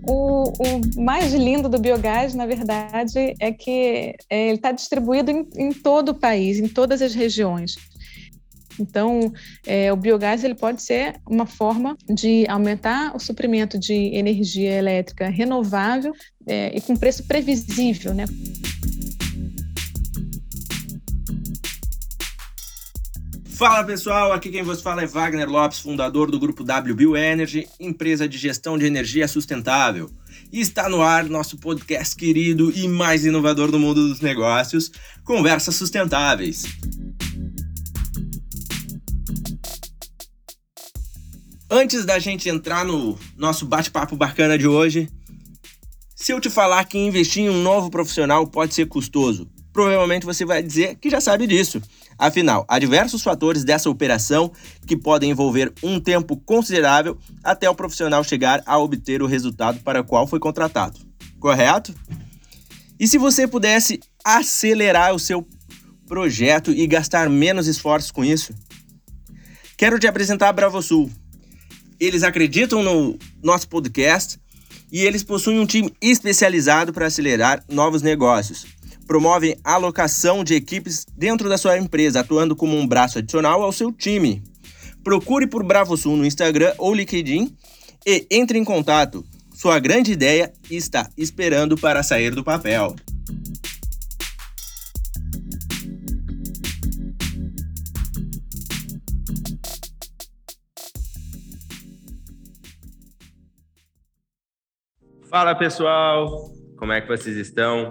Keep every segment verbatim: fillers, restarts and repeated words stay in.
O, o mais lindo do biogás, na verdade, é que é, ele está distribuído em, em todo o país, em todas as regiões. Então, é, o biogás ele pode ser uma forma de aumentar o suprimento de energia elétrica renovável é, e com preço previsível, né? Fala pessoal, aqui quem vos fala é Wagner Lopes, fundador do grupo W Bioenergy, empresa de gestão de energia sustentável. E está no ar nosso podcast querido e mais inovador do mundo dos negócios, Conversas Sustentáveis. Antes da gente entrar no nosso bate-papo bacana de hoje, se eu te falar que investir em um novo profissional pode ser custoso, provavelmente você vai dizer que já sabe disso. Afinal, há diversos fatores dessa operação que podem envolver um tempo considerável até o profissional chegar a obter o resultado para o qual foi contratado. Correto? E se você pudesse acelerar o seu projeto e gastar menos esforços com isso? Quero te apresentar a Bravosul. Eles acreditam no nosso podcast e eles possuem um time especializado para acelerar novos negócios. Promovem a alocação de equipes dentro da sua empresa, atuando como um braço adicional ao seu time. Procure por Bravosul no Instagram ou LinkedIn e entre em contato. Sua grande ideia está esperando para sair do papel. Fala pessoal, como é que vocês estão?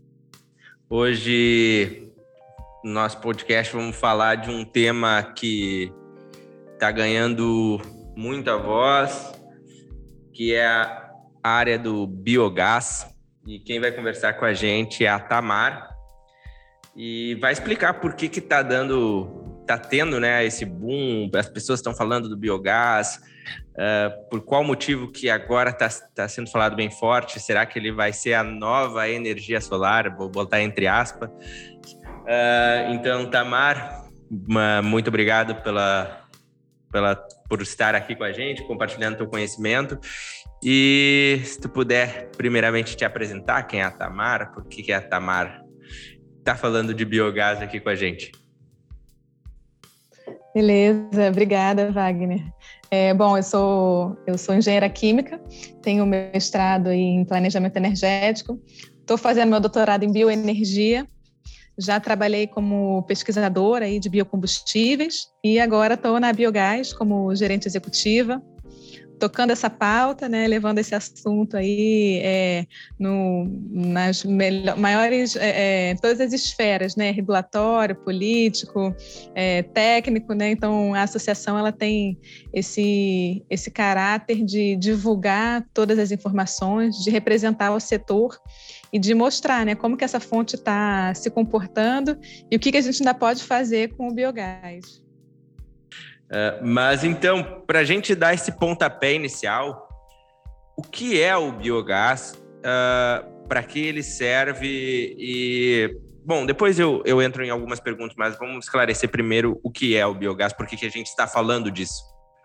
Hoje, no nosso podcast, vamos falar de um tema que está ganhando muita voz, que é a área do biogás. E quem vai conversar com a gente é a Tamar. E vai explicar por que que está dando, está tendo, né, esse boom, as pessoas estão falando do biogás, uh, por qual motivo que agora está tá sendo falado bem forte. Será que ele vai ser a nova energia solar? Vou botar entre aspas. Uh, então, Tamar, uma, muito obrigado pela, pela, por estar aqui com a gente, compartilhando teu conhecimento. E se tu puder, primeiramente, te apresentar quem é a Tamar, por que que a Tamar está falando de biogás aqui com a gente. Beleza, obrigada, Wagner. É, bom, eu sou, eu sou engenheira química, tenho mestrado em planejamento energético, estou fazendo meu doutorado em bioenergia, já trabalhei como pesquisadora aí de biocombustíveis e agora estou na Biogás como gerente executiva, tocando essa pauta, né, levando esse assunto aí é, no, nas melhor, maiores, é, é, todas as esferas, né, regulatório, político, é, técnico, né, então a associação ela tem esse, esse caráter de divulgar todas as informações, de representar o setor e de mostrar, né, como que essa fonte está se comportando e o que, que a gente ainda pode fazer com o biogás. Uh, mas então, para a gente dar esse pontapé inicial, o que é o biogás, uh, para que ele serve e... Bom, depois eu, eu entro em algumas perguntas, mas vamos esclarecer primeiro o que é o biogás, por que que a gente está falando disso.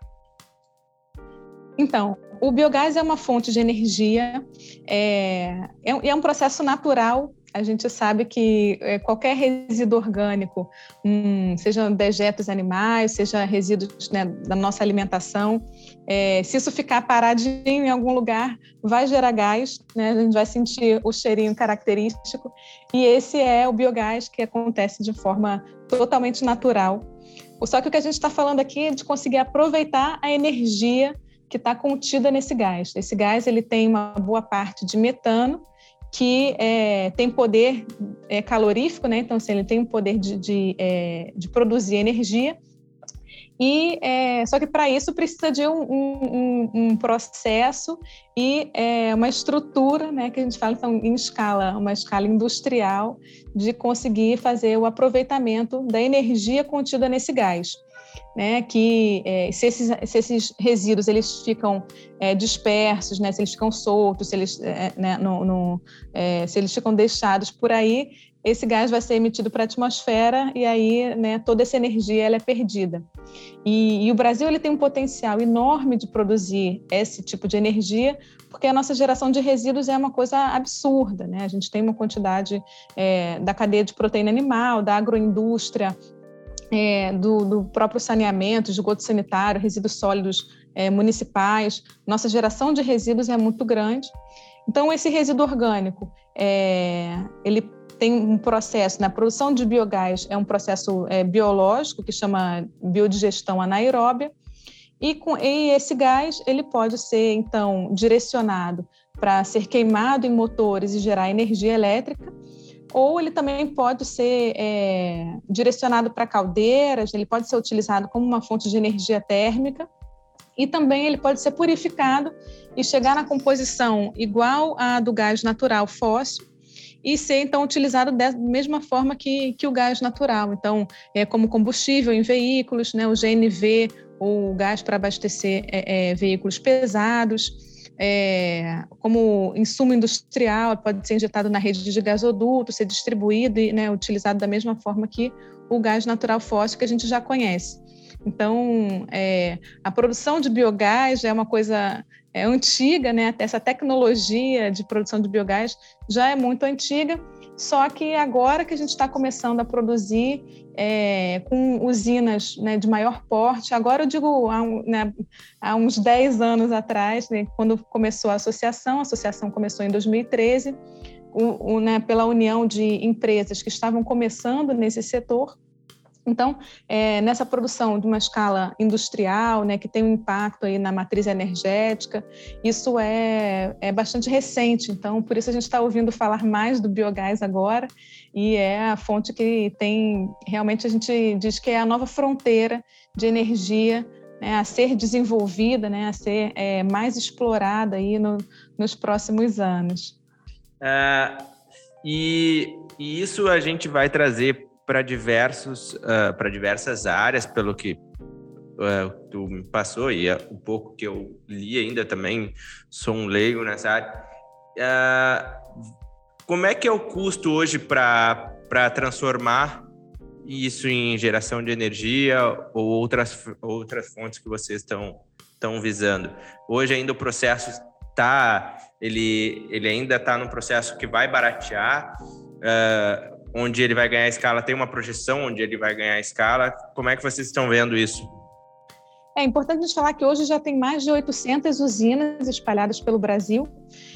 Então, o biogás é uma fonte de energia, é, é um processo natural. A gente sabe que qualquer resíduo orgânico, hum, sejam dejetos animais, seja resíduos, né, da nossa alimentação, é, se isso ficar paradinho em algum lugar, vai gerar gás, né, a gente vai sentir o cheirinho característico, e esse é o biogás que acontece de forma totalmente natural. Só que o que a gente está falando aqui é de conseguir aproveitar a energia que está contida nesse gás. Esse gás ele tem uma boa parte de metano, que é, tem poder é, calorífico, né? Então, assim, ele tem o poder de, de, é, de produzir energia, e, é, só que para isso precisa de um, um, um processo e é, uma estrutura, né, que a gente fala então, em escala, uma escala industrial, de conseguir fazer o aproveitamento da energia contida nesse gás. Né, que é, se, esses, se esses resíduos eles ficam é, dispersos, né, se eles ficam soltos, se eles, é, né, no, no, é, se eles ficam deixados por aí, esse gás vai ser emitido para a atmosfera e aí, né, toda essa energia ela é perdida. E, e o Brasil ele tem um potencial enorme de produzir esse tipo de energia, porque a nossa geração de resíduos é uma coisa absurda, né? A gente tem uma quantidade é, da cadeia de proteína animal, da agroindústria, é, do, do próprio saneamento, esgoto sanitário, resíduos sólidos é, municipais. Nossa geração de resíduos é muito grande. Então, esse resíduo orgânico, é, ele tem um processo, na produção de biogás, é um processo é, biológico que chama biodigestão anaeróbia, e, com, e esse gás ele pode ser, então, direcionado para ser queimado em motores e gerar energia elétrica, ou ele também pode ser é, direcionado para caldeiras, ele pode ser utilizado como uma fonte de energia térmica, e também ele pode ser purificado e chegar na composição igual à do gás natural fóssil e ser, então, utilizado da mesma forma que, que o gás natural. Então, é como combustível em veículos, né, o G N V, ou o gás para abastecer é, é, veículos pesados, é, como insumo industrial, pode ser injetado na rede de gasoduto, ser distribuído e, né, utilizado da mesma forma que o gás natural fóssil que a gente já conhece. Então, é, a produção de biogás é uma coisa é, antiga, né? Essa tecnologia de produção de biogás já é muito antiga, só que agora que a gente está começando a produzir é, com usinas, né, de maior porte, agora eu digo há, né, há uns dez anos atrás, né, quando começou a associação, a associação começou em dois mil e treze, o, o, né, pela união de empresas que estavam começando nesse setor. Então, é, nessa produção de uma escala industrial, né, que tem um impacto aí na matriz energética, isso é, é bastante recente. Então, por isso a gente está ouvindo falar mais do biogás agora, e é a fonte que tem, realmente a gente diz que é a nova fronteira de energia, né, a ser desenvolvida, né, a ser é, mais explorada aí no, nos próximos anos. É, e, e isso a gente vai trazer para diversos, uh, para diversas áreas, pelo que uh, tu me passou e é um pouco que eu li ainda também, sou um leigo nessa área. Uh, como é que é o custo hoje para para transformar isso em geração de energia ou outras, outras fontes que vocês estão estão visando? Hoje ainda o processo está, ele, ele ainda está num processo que vai baratear, uh, onde ele vai ganhar escala, tem uma projeção onde ele vai ganhar escala. Como é que vocês estão vendo isso? É importante a gente falar que hoje já tem mais de oitocentas usinas espalhadas pelo Brasil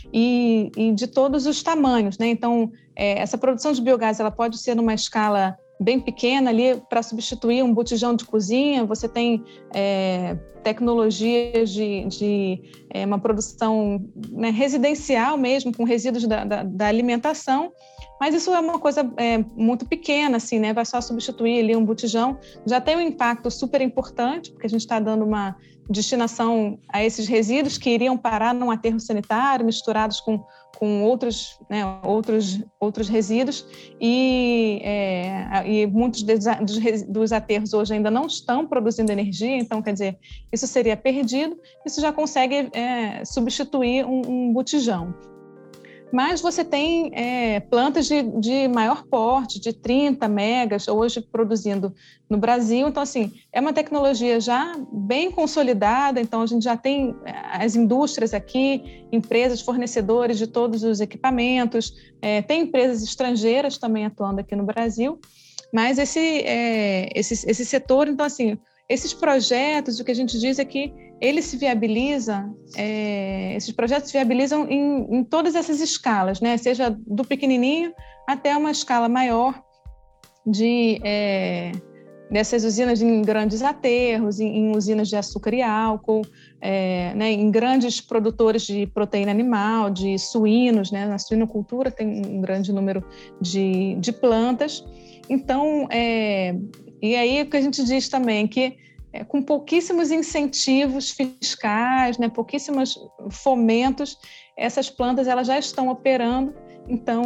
e, e de todos os tamanhos, né? Então, é, essa produção de biogás ela pode ser numa escala bem pequena ali para substituir um botijão de cozinha. Você tem é, tecnologias de, de é, uma produção, né, residencial mesmo, com resíduos da, da, da alimentação. Mas isso é uma coisa é, muito pequena, assim, né? Vai só substituir ali um botijão. Já tem um impacto super importante, porque a gente está dando uma destinação a esses resíduos que iriam parar num aterro sanitário, misturados com, com outros, né, outros, outros resíduos. E, é, e muitos dos, dos aterros hoje ainda não estão produzindo energia, então, quer dizer, isso seria perdido. Isso já consegue é, substituir um, um botijão. Mas você tem é, plantas de, de maior porte, de trinta megas, hoje produzindo no Brasil. Então, assim, é uma tecnologia já bem consolidada. Então, a gente já tem as indústrias aqui, empresas, fornecedores de todos os equipamentos. É, tem empresas estrangeiras também atuando aqui no Brasil. Mas esse, é, esse, esse setor, então, assim, esses projetos, o que a gente diz é que ele se viabiliza, é, esses projetos se viabilizam em, em todas essas escalas, né? Seja do pequenininho até uma escala maior de, é, dessas usinas em grandes aterros, em, em usinas de açúcar e álcool, é, né? Em grandes produtores de proteína animal, de suínos, né? Na suinocultura tem um grande número de, de plantas. Então, é, e aí o que a gente diz também que É, com pouquíssimos incentivos fiscais, né, pouquíssimos fomentos, essas plantas elas já estão operando. Então,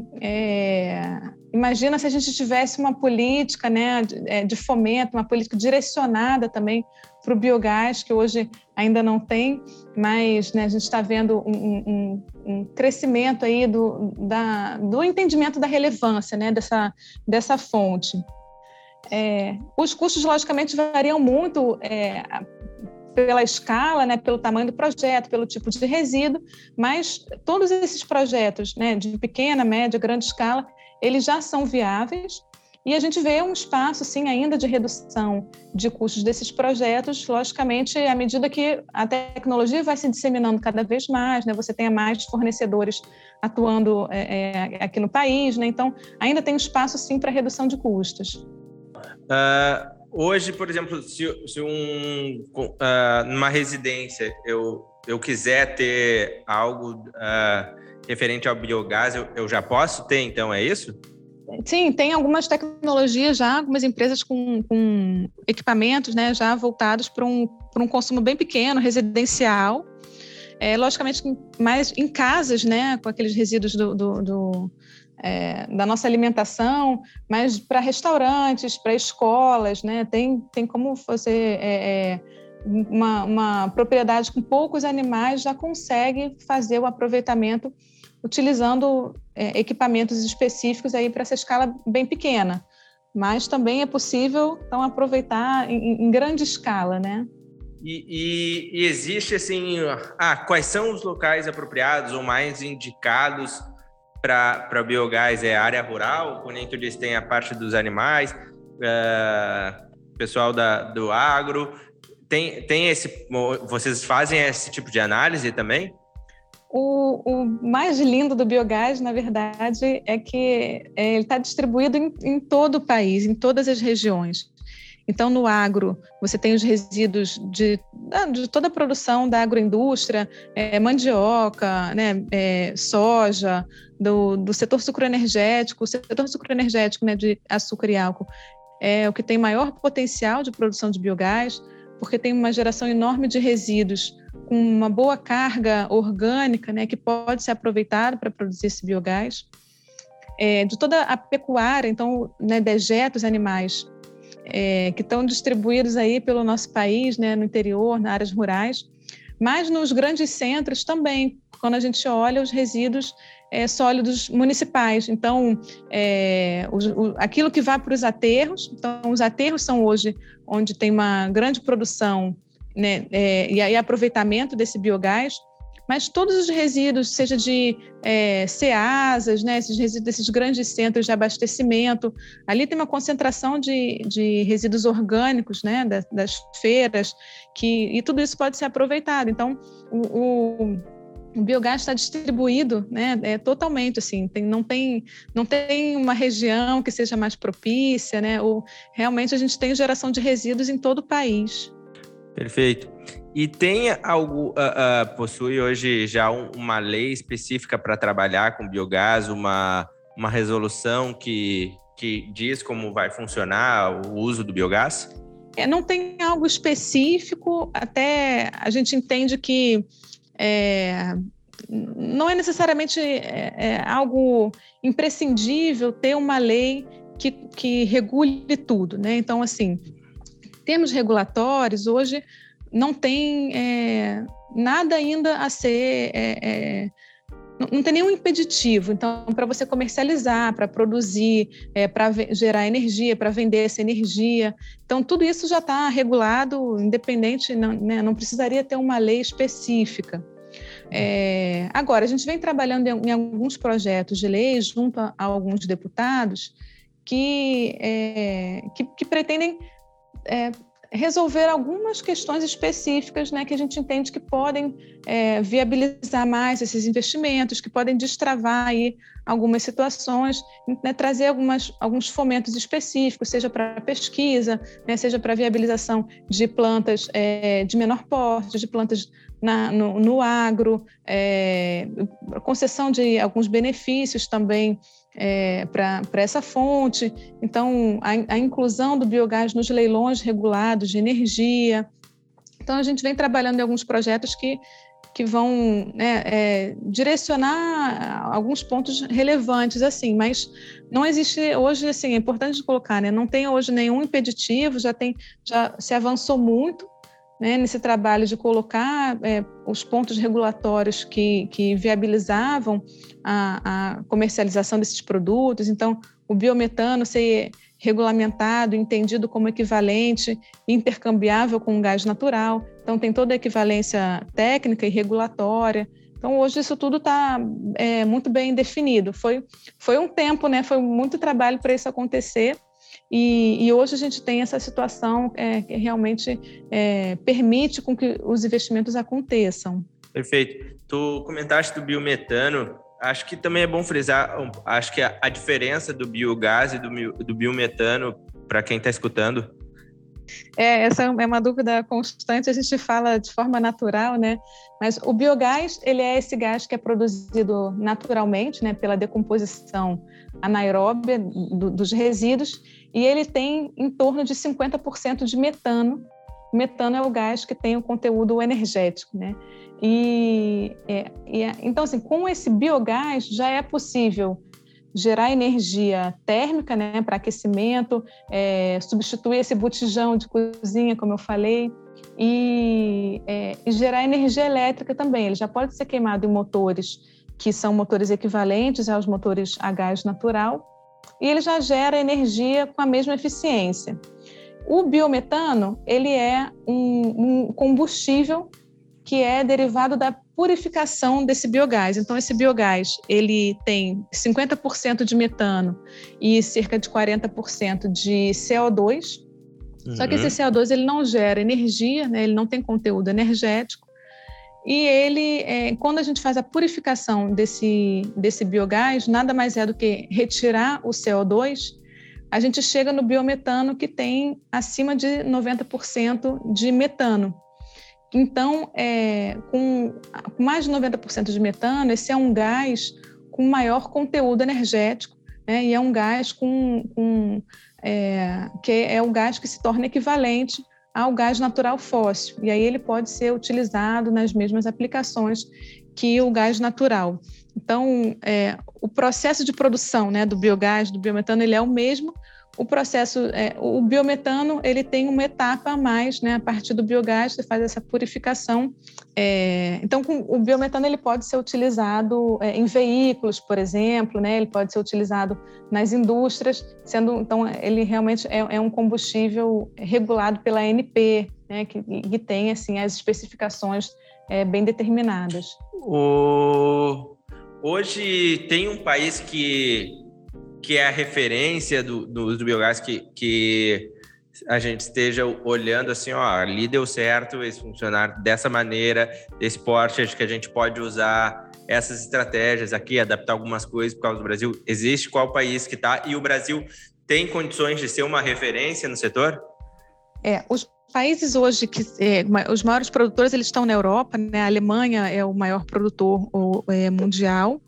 é, imagina se a gente tivesse uma política, né, de, de fomento, uma política direcionada também para o biogás, que hoje ainda não tem, mas, né, a gente está vendo um, um, um crescimento aí do, da, do entendimento da relevância, né, dessa, dessa fonte. É, os custos, logicamente, variam muito é, pela escala, né, pelo tamanho do projeto, pelo tipo de resíduo, mas todos esses projetos, né, de pequena, média, grande escala, eles já são viáveis e a gente vê um espaço, sim, ainda de redução de custos desses projetos, logicamente, à medida que a tecnologia vai se disseminando cada vez mais, né, você tenha mais fornecedores atuando é, é, aqui no país, né, então ainda tem espaço, sim, para redução de custos. Uh, hoje, por exemplo, se, se um, uh, numa residência eu, eu quiser ter algo uh, referente ao biogás, eu, eu já posso ter, então, é isso? Sim, tem algumas tecnologias já, algumas empresas com, com equipamentos, né, já voltados para um, para um consumo bem pequeno, residencial. É, logicamente, mais em casas, né, com aqueles resíduos do, do, do, é, da nossa alimentação, mas para restaurantes, para escolas, né, tem, tem como você... É, uma, uma propriedade com poucos animais já consegue fazer o aproveitamento utilizando é, equipamentos específicos aí para essa escala bem pequena, mas também é possível então aproveitar em, em grande escala, né? E, e, e existe assim, ah, quais são os locais apropriados ou mais indicados para biogás? É a área rural, como nem tu disse, tem a parte dos animais, é, pessoal da, do agro, tem, tem esse, vocês fazem esse tipo de análise também? O, o mais lindo do biogás, na verdade, é que é, ele está distribuído em, em todo o país, em todas as regiões. Então, no agro, você tem os resíduos de, de toda a produção da agroindústria, é, mandioca, né, é, soja, do, do setor sucroenergético. O setor sucroenergético, né, de açúcar e álcool é o que tem maior potencial de produção de biogás, porque tem uma geração enorme de resíduos com uma boa carga orgânica, né, que pode ser aproveitada para produzir esse biogás. É, de toda a pecuária, então, né, dejetos animais é, que estão distribuídos aí pelo nosso país, né, no interior, nas áreas rurais, mas nos grandes centros também, quando a gente olha os resíduos é, sólidos municipais. Então, é, o, o, aquilo que vai para os aterros, então, os aterros são hoje onde tem uma grande produção, né, é, e aí aproveitamento desse biogás, mas todos os resíduos, seja de é, ceasas, né, esses resíduos desses grandes centros de abastecimento, ali tem uma concentração de, de resíduos orgânicos, né, das, das feiras, que, e tudo isso pode ser aproveitado. Então, o, o, o biogás está distribuído, né, é, totalmente, assim, tem, não, tem, não tem uma região que seja mais propícia, né, ou realmente a gente tem geração de resíduos em todo o país. Perfeito. E tem algo, uh, uh, possui hoje já um, uma lei específica para trabalhar com biogás, uma, uma resolução que, que diz como vai funcionar o uso do biogás? É, não tem algo específico, até a gente entende que é, não é necessariamente é, é algo imprescindível ter uma lei que, que regule tudo, né? Então, assim, termos regulatórios, hoje não tem é, nada ainda a ser... É, é, não, não tem nenhum impeditivo. Então, para você comercializar, para produzir, é, para gerar energia, para vender essa energia. Então, tudo isso já está regulado, independente, não, né, não precisaria ter uma lei específica. É, agora, a gente vem trabalhando em, em alguns projetos de lei junto a, a alguns deputados que, é, que, que pretendem... É, resolver algumas questões específicas, né, que a gente entende que podem é, viabilizar mais esses investimentos, que podem destravar aí algumas situações, né, trazer algumas, alguns fomentos específicos, seja para pesquisa, né, seja para viabilização de plantas é, de menor porte, de plantas na, no, no agro, é, concessão de alguns benefícios também É, para essa fonte. Então, a, a inclusão do biogás nos leilões regulados de energia. Então, a gente vem trabalhando em alguns projetos que, que vão né, é, direcionar alguns pontos relevantes, assim, mas não existe hoje, assim, é importante colocar, né, não tem hoje nenhum impeditivo, já, tem, já se avançou muito, né, nesse trabalho de colocar é, os pontos regulatórios que, que viabilizavam a, a comercialização desses produtos. Então, o biometano ser regulamentado, entendido como equivalente, intercambiável com o gás natural. Então, tem toda a equivalência técnica e regulatória. Então, hoje isso tudo está é, muito bem definido. Foi, foi um tempo, né? Foi muito trabalho para isso acontecer. E, e hoje a gente tem essa situação é, que realmente é, permite com que os investimentos aconteçam. Perfeito. Tu comentaste do biometano. Acho que também é bom frisar, acho que a, a diferença do biogás e do, do biometano, para quem está escutando. É, essa é uma dúvida constante, a gente fala de forma natural, né? Mas o biogás, ele é esse gás que é produzido naturalmente, né, pela decomposição anaeróbia do, dos resíduos, e ele tem em torno de cinquenta por cento de metano. O metano é o gás que tem o conteúdo energético, né? E, é, e então, assim, com esse biogás já é possível gerar energia térmica, né, para aquecimento, é, substituir esse botijão de cozinha, como eu falei, e, é, e gerar energia elétrica também. Ele já pode ser queimado em motores que são motores equivalentes aos motores a gás natural, e ele já gera energia com a mesma eficiência. O biometano, ele é um, um combustível que é derivado da purificação desse biogás. Então, esse biogás, ele tem cinquenta por cento de metano e cerca de quarenta por cento de C O dois. Uhum. Só que esse C O dois, ele não gera energia, né? Ele não tem conteúdo energético. E ele, é, quando a gente faz a purificação desse, desse biogás, nada mais é do que retirar o C O dois, a gente chega no biometano que tem acima de noventa por cento de metano. Então, é, com mais de noventa por cento de metano, esse é um gás com maior conteúdo energético, né? E é um gás com, com, é, que é o gás que se torna equivalente ao gás natural fóssil. E aí ele pode ser utilizado nas mesmas aplicações que o gás natural. Então, é, o processo de produção, né, do biogás, do biometano, ele é o mesmo. O processo, é, o biometano, ele tem uma etapa a mais, né? A partir do biogás, você faz essa purificação. É, então, com, o biometano ele pode ser utilizado é, em veículos, por exemplo, né? Ele pode ser utilizado nas indústrias, sendo, então, ele realmente é, é um combustível regulado pela A N P, né? Que, que tem, assim, as especificações é, bem determinadas. O... Hoje tem um país que... que é a referência do, do uso do biogás, que, que a gente esteja olhando assim, ó, ali deu certo esse funcionar dessa maneira, desse porte, acho que a gente pode usar essas estratégias aqui, adaptar algumas coisas por causa do Brasil. Existe qual país que está? E o Brasil tem condições de ser uma referência no setor? É, os países hoje, que é, os maiores produtores, eles estão na Europa, né? A Alemanha é o maior produtor o, é, mundial,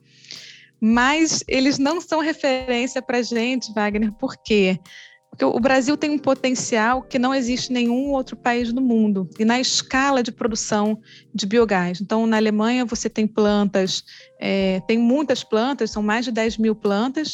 mas eles não são referência para a gente, Wagner. Por quê? Porque o Brasil tem um potencial que não existe em nenhum outro país do mundo, e na escala de produção de biogás. Então, na Alemanha, você tem plantas, é, tem muitas plantas, são mais de dez mil plantas,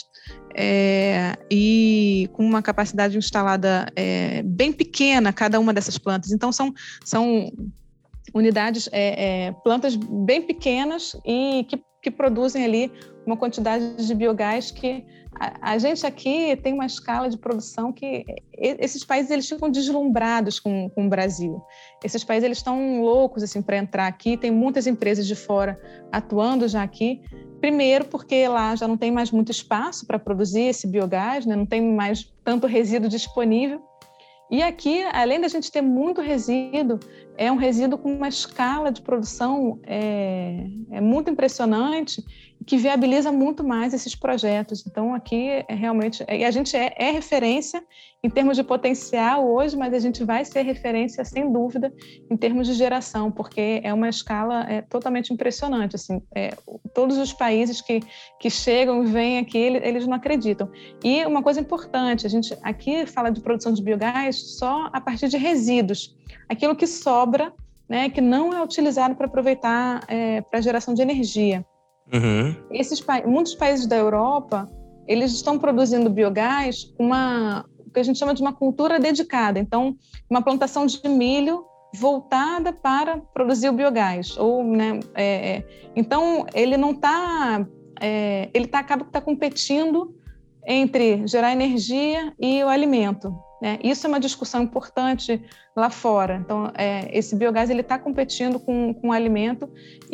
é, e com uma capacidade instalada é, bem pequena, cada uma dessas plantas. Então, são... são unidades, é, é, plantas bem pequenas e que, que produzem ali uma quantidade de biogás que a, a gente aqui tem uma escala de produção que esses países eles ficam deslumbrados com, com o Brasil. Esses países eles estão loucos assim, para entrar aqui, tem muitas empresas de fora atuando já aqui. Primeiro porque lá já não tem mais muito espaço para produzir esse biogás, né? Não tem mais tanto resíduo disponível. E aqui, além da gente ter muito resíduo, é um resíduo com uma escala de produção é, é muito impressionante, que viabiliza muito mais esses projetos. Então, aqui, é realmente... E a gente é, é referência em termos de potencial hoje, mas a gente vai ser referência, sem dúvida, em termos de geração, porque é uma escala é, totalmente impressionante. Assim, é, todos os países que, que chegam e vêm aqui, eles não acreditam. E uma coisa importante, a gente aqui fala de produção de biogás só a partir de resíduos. Aquilo que sobra, né, que não é utilizado para aproveitar é, para geração de energia. Uhum. Esses, muitos países da Europa, eles estão produzindo biogás com uma, o que a gente chama de uma cultura dedicada. Então, uma plantação de milho voltada para produzir o biogás. Ou, né, é, então, ele não está... É, ele tá, acaba tá competindo entre gerar energia e o alimento, né? Isso é uma discussão importante lá fora. Então, é, esse biogás ele está competindo com, com o alimento,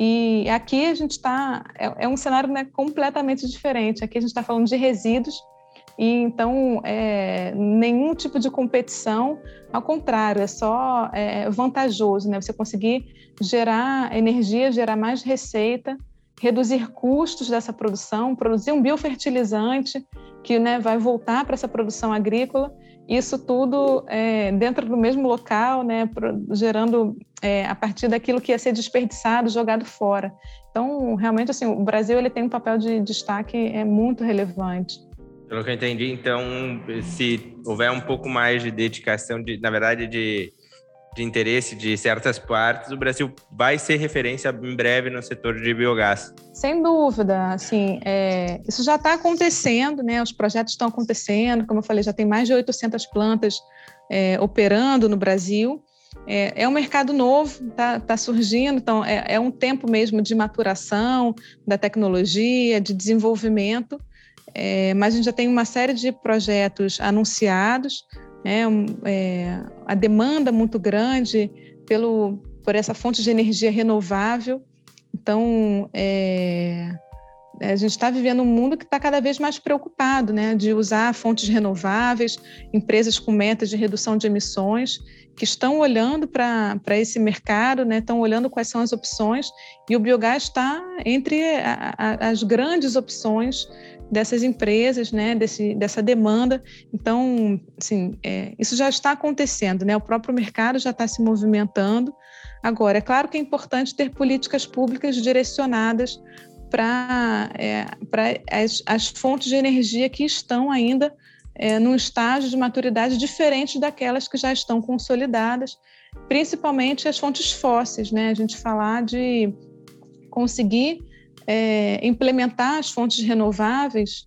e aqui a gente está... É, é um cenário, né, completamente diferente. Aqui a gente está falando de resíduos, e então é, nenhum tipo de competição, ao contrário, é só é, vantajoso, né? Você conseguir gerar energia, gerar mais receita, reduzir custos dessa produção, produzir um biofertilizante que, né, vai voltar para essa produção agrícola, isso tudo é, dentro do mesmo local, né, gerando é, a partir daquilo que ia ser desperdiçado, jogado fora. Então, realmente, assim, o Brasil ele tem um papel de destaque é muito relevante. Pelo que eu entendi, então, se houver um pouco mais de dedicação, de, na verdade, de, de interesse de certas partes, o Brasil vai ser referência em breve no setor de biogás. Sem dúvida, assim, é, isso já está acontecendo, né? Os projetos estão acontecendo, como eu falei, já tem mais de oitocentas plantas é, operando no Brasil. É, é um mercado novo, está tá surgindo, então é, é um tempo mesmo de maturação da tecnologia, de desenvolvimento. É, mas a gente já tem uma série de projetos anunciados, né, é, a demanda muito grande pelo, por essa fonte de energia renovável. Então, é, a gente está vivendo um mundo que está cada vez mais preocupado, né, de usar fontes renováveis, empresas com metas de redução de emissões, que estão olhando para esse mercado, né, estão olhando quais são as opções, e o biogás está entre a, a, as grandes opções dessas empresas, né, desse, dessa demanda. Então, assim, é, isso já está acontecendo, né? O próprio mercado já está se movimentando. Agora, é claro que é importante ter políticas públicas direcionadas para é, para as, as fontes de energia que estão ainda é, num estágio de maturidade diferente daquelas que já estão consolidadas, principalmente as fontes fósseis, né? A gente falar de conseguir É, implementar as fontes renováveis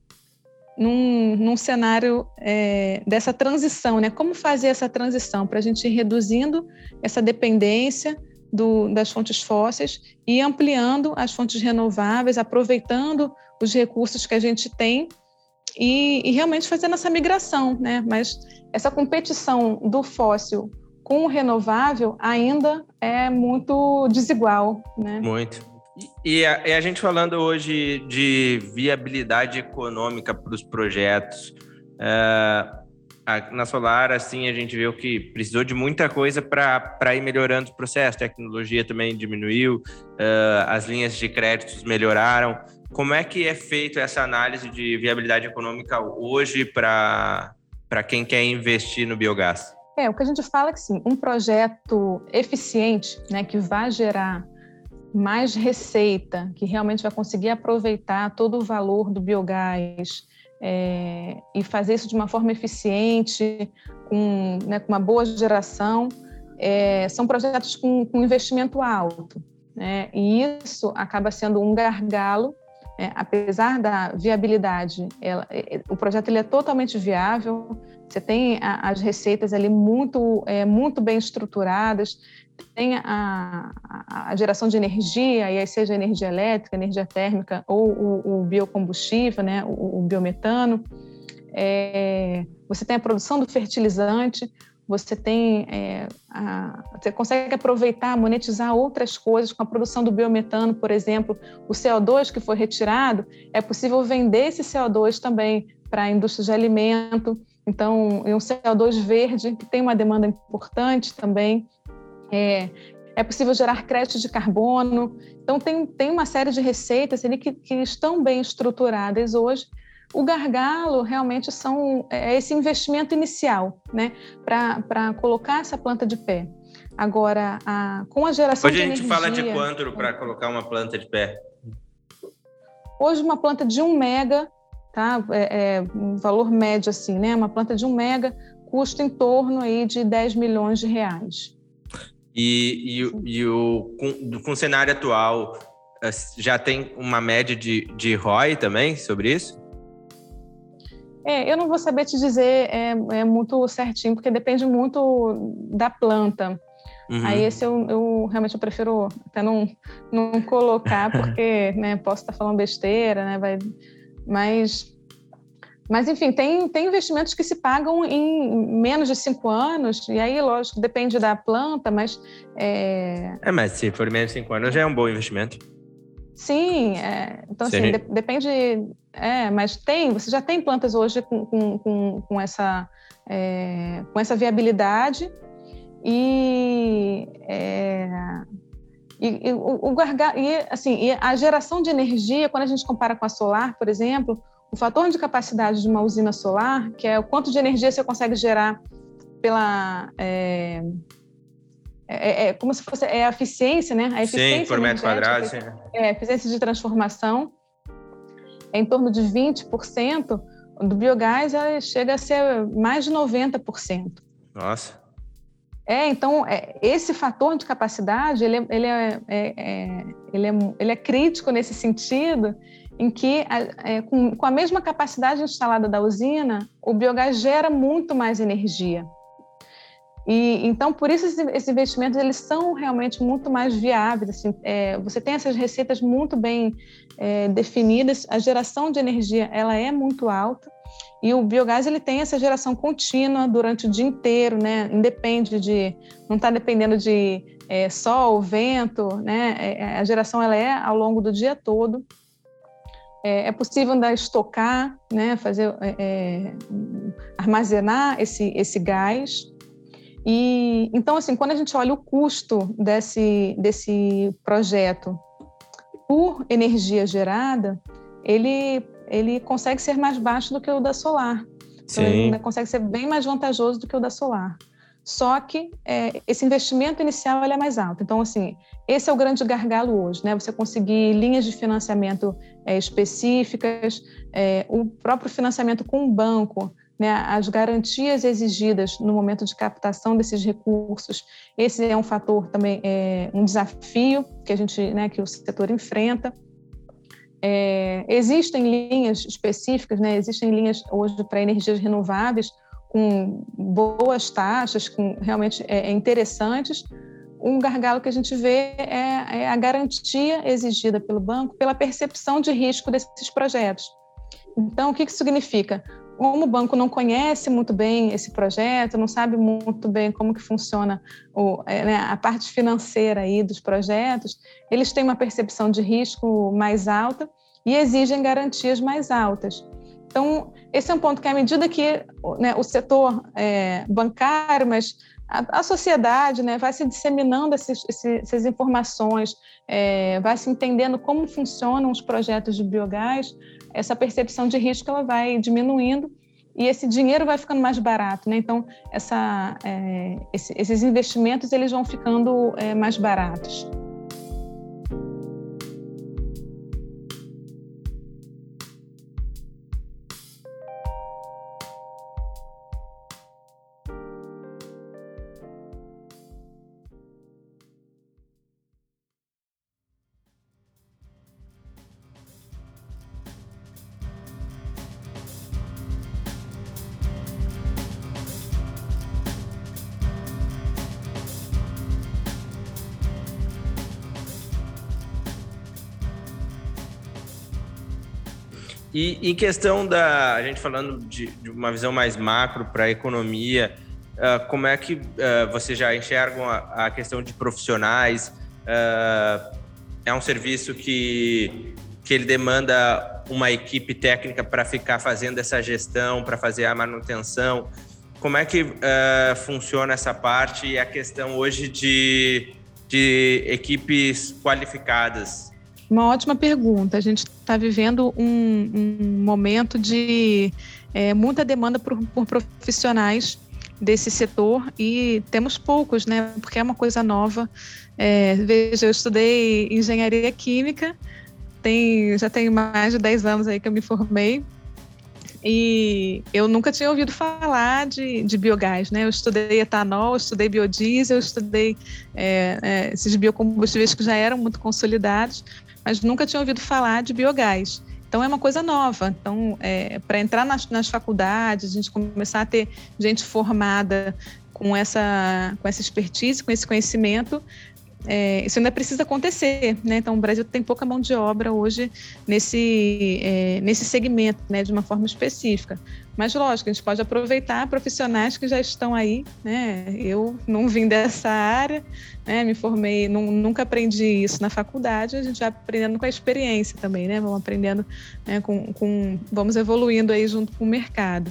num, num cenário é, dessa transição, né? Como fazer essa transição para a gente ir reduzindo essa dependência do, das fontes fósseis e ampliando as fontes renováveis, aproveitando os recursos que a gente tem e, e realmente fazendo essa migração, né? Mas essa competição do fóssil com o renovável ainda é muito desigual, né? Muito. E a, e a gente falando hoje de viabilidade econômica para os projetos, é, a, na Solar, assim, a gente viu que precisou de muita coisa para ir melhorando o processo. A tecnologia também diminuiu, é, as linhas de créditos melhoraram. Como é que é feito essa análise de viabilidade econômica hoje para para quem quer investir no biogás? É, o que a gente fala é que, sim, um projeto eficiente, né, que vai gerar mais receita, que realmente vai conseguir aproveitar todo o valor do biogás é, e fazer isso de uma forma eficiente, com, né, com uma boa geração, é, são projetos com, com investimento alto, né? E isso acaba sendo um gargalo, é, apesar da viabilidade, ela, é, o projeto ele é totalmente viável, você tem a, as receitas ali muito, é, muito bem estruturadas, tem a, a, a geração de energia, e aí seja energia elétrica, energia térmica ou o, o biocombustível, né, o, o biometano. É, você tem a produção do fertilizante, você tem é, a, você consegue aproveitar, monetizar outras coisas com a produção do biometano, por exemplo, o C O dois que foi retirado, é possível vender esse C O dois também para a indústria de alimento. Então, é um C O dois verde, que tem uma demanda importante também. É, é possível gerar crédito de carbono. Então, tem, tem uma série de receitas ali que, que estão bem estruturadas hoje. O gargalo realmente são, é esse investimento inicial, né, para colocar essa planta de pé. Agora, a, com a geração hoje de energia... Hoje a gente fala de quanto para colocar uma planta de pé? Hoje, uma planta de um mega, tá? É, é um valor médio assim, né? Uma planta de um mega custa em torno aí de dez milhões de reais. E, e, e o, com, com o cenário atual, já tem uma média de, de R O I também sobre isso? É, eu não vou saber te dizer é, é muito certinho, porque depende muito da planta. Uhum. Aí esse eu, eu realmente eu prefiro até não, não colocar, porque, né, posso estar falando besteira, né, vai, mas Mas, enfim, tem, tem investimentos que se pagam em menos de cinco anos, e aí, lógico, depende da planta, mas... É, é mas se for menos de cinco anos, já é um bom investimento. Sim, é, então, Se assim, gente... de, depende... É, mas tem, você já tem plantas hoje com, com, com, com, essa, é, com essa viabilidade, e... É, e, e, o, o gargalo, e, assim, e a geração de energia, quando a gente compara com a solar, por exemplo... O fator de capacidade de uma usina solar, que é o quanto de energia você consegue gerar pela... É, é, é como se fosse é a eficiência, né? A eficiência sim, por metro quadrado. Sim. É, a eficiência de transformação é em torno de vinte por cento. Do biogás, ela chega a ser mais de noventa por cento. Nossa. É, então, é, esse fator de capacidade, ele, é, ele, é, é, ele, é, ele é crítico nesse sentido, em que, é, com, com a mesma capacidade instalada da usina, o biogás gera muito mais energia. E, então, por isso, esses, esses investimentos eles são realmente muito mais viáveis. Assim, é, você tem essas receitas muito bem é, definidas, a geração de energia ela é muito alta, e o biogás ele tem essa geração contínua durante o dia inteiro, né? Independe de, não está dependendo de é, sol, vento, né? É, a geração ela é ao longo do dia todo. É possível ainda estocar, né, fazer, é, armazenar esse, esse gás. E, então, assim, quando a gente olha o custo desse, desse projeto por energia gerada, ele, ele consegue ser mais baixo do que o da solar. Então, Sim. ele consegue ser bem mais vantajoso do que o da solar. Só que é, esse investimento inicial ele é mais alto. Então, assim, esse é o grande gargalo hoje, né? Você conseguir linhas de financiamento é, específicas, é, o próprio financiamento com o banco, né? As garantias exigidas no momento de captação desses recursos. Esse é um fator também, é, um desafio que a gente, né, que o setor enfrenta. É, existem linhas específicas, né? Existem linhas hoje para energias renováveis, com boas taxas, com realmente é, interessantes. Um gargalo que a gente vê é, é a garantia exigida pelo banco pela percepção de risco desses projetos. Então, o que isso significa? Como o banco não conhece muito bem esse projeto, não sabe muito bem como que funciona o, é, né, a parte financeira aí dos projetos, eles têm uma percepção de risco mais alta e exigem garantias mais altas. Então, esse é um ponto que, à medida que, né, o setor é, bancário, mas a, a sociedade, né, vai se disseminando esses, esses, essas informações, é, vai se entendendo como funcionam os projetos de biogás, essa percepção de risco ela vai diminuindo e esse dinheiro vai ficando mais barato, né? Então, essa, é, esse, esses investimentos eles vão ficando é, mais baratos. E em questão da, a gente falando de, de uma visão mais macro para a economia, uh, como é que uh, vocês já enxergam a, a questão de profissionais? Uh, é um serviço que, que ele demanda uma equipe técnica para ficar fazendo essa gestão, para fazer a manutenção. Como é que uh, funciona essa parte e a questão hoje de, de equipes qualificadas? Uma ótima pergunta. A gente está vivendo um, um momento de é, muita demanda por, por profissionais desse setor e temos poucos, né? Porque é uma coisa nova. É, veja, eu estudei engenharia química, tem, já tem mais de dez anos aí que eu me formei e eu nunca tinha ouvido falar de, de biogás, né? Eu estudei etanol, eu estudei biodiesel, eu estudei é, é, esses biocombustíveis que já eram muito consolidados, mas nunca tinha ouvido falar de biogás. Então, é uma coisa nova. Então, é, para entrar nas, nas faculdades, a gente começar a ter gente formada com essa, com essa expertise, com esse conhecimento, é, isso ainda precisa acontecer, né? Então, o Brasil tem pouca mão de obra hoje nesse, é, nesse segmento, né, de uma forma específica. Mas, lógico, a gente pode aproveitar profissionais que já estão aí, né? Eu não vim dessa área, né? Me formei, não, nunca aprendi isso na faculdade, a gente vai aprendendo com a experiência também, né? Vamos aprendendo, né, com, com, vamos evoluindo aí junto com o mercado.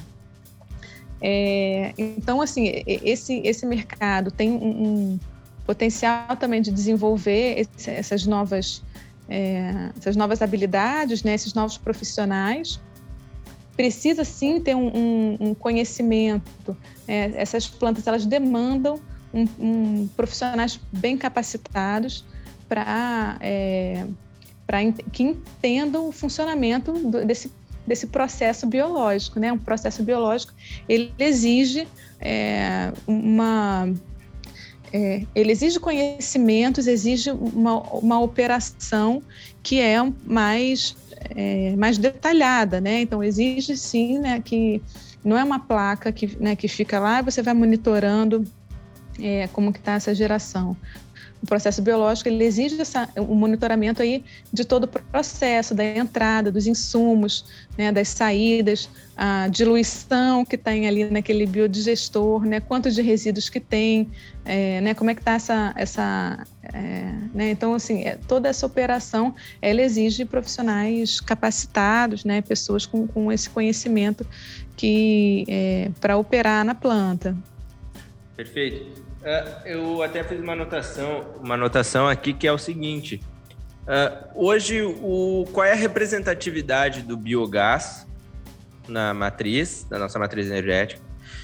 É, então, assim, esse, esse mercado tem um, um potencial também de desenvolver esse, essas, novas, é, essas novas habilidades, né, esses novos profissionais. Precisa, sim, ter um, um, um conhecimento. É, essas plantas, elas demandam um, um, profissionais bem capacitados para é, que entendam o funcionamento do, desse desse processo biológico, né? Um processo biológico, ele exige é, uma... É, ele exige conhecimentos, exige uma, uma operação que é mais, é, mais detalhada, né? Então, exige, sim, né, que não é uma placa que, né, que fica lá e você vai monitorando é, como que está essa geração. O processo biológico, ele exige essa, um monitoramento aí de todo o processo, da entrada, dos insumos, né, das saídas, a diluição que tem ali naquele biodigestor, né, quanto de resíduos que tem, é, né, como é que está essa... essa é, né, então, assim, é, toda essa operação, ela exige profissionais capacitados, né, pessoas com, com esse conhecimento que, é, para operar na planta. Perfeito. Uh, eu até fiz uma anotação, uma anotação aqui que é o seguinte: uh, hoje, o, qual é a representatividade do biogás na matriz, na nossa matriz energética?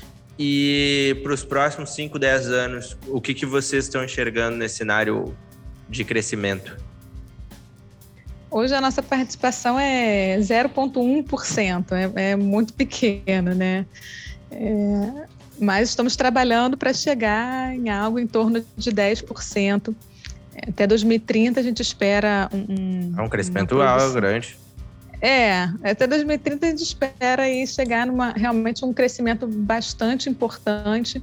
E para os próximos cinco, dez anos, o que, que vocês estão enxergando nesse cenário de crescimento? Hoje a nossa participação é zero vírgula um por cento, é, é muito pequena, né? É... Mas estamos trabalhando para chegar em algo em torno de dez por cento. Até dois mil e trinta a gente espera um... É um crescimento alto, grande. É, até dois mil e trinta a gente espera aí chegar numa, realmente um crescimento bastante importante.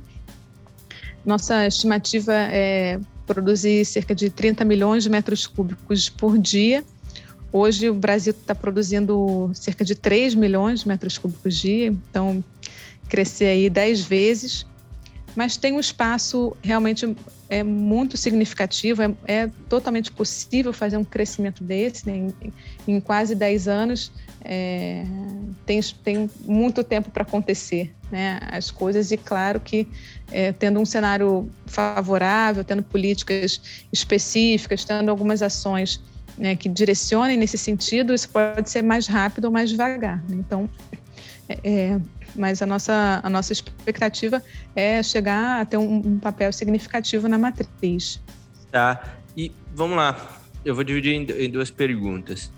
Nossa estimativa é produzir cerca de trinta milhões de metros cúbicos por dia. Hoje o Brasil está produzindo cerca de três milhões de metros cúbicos dia, então... crescer aí dez vezes, mas tem um espaço realmente é muito significativo, é, é totalmente possível fazer um crescimento desse, né? em, em quase dez anos, é, tem, tem muito tempo para acontecer, né, as coisas, e claro que é, tendo um cenário favorável, tendo políticas específicas, tendo algumas ações, né, que direcionem nesse sentido, isso pode ser mais rápido ou mais devagar, né? Então, é, mas a nossa, a nossa expectativa é chegar a ter um, um papel significativo na matriz. Tá, e vamos lá, eu vou dividir em, em duas perguntas.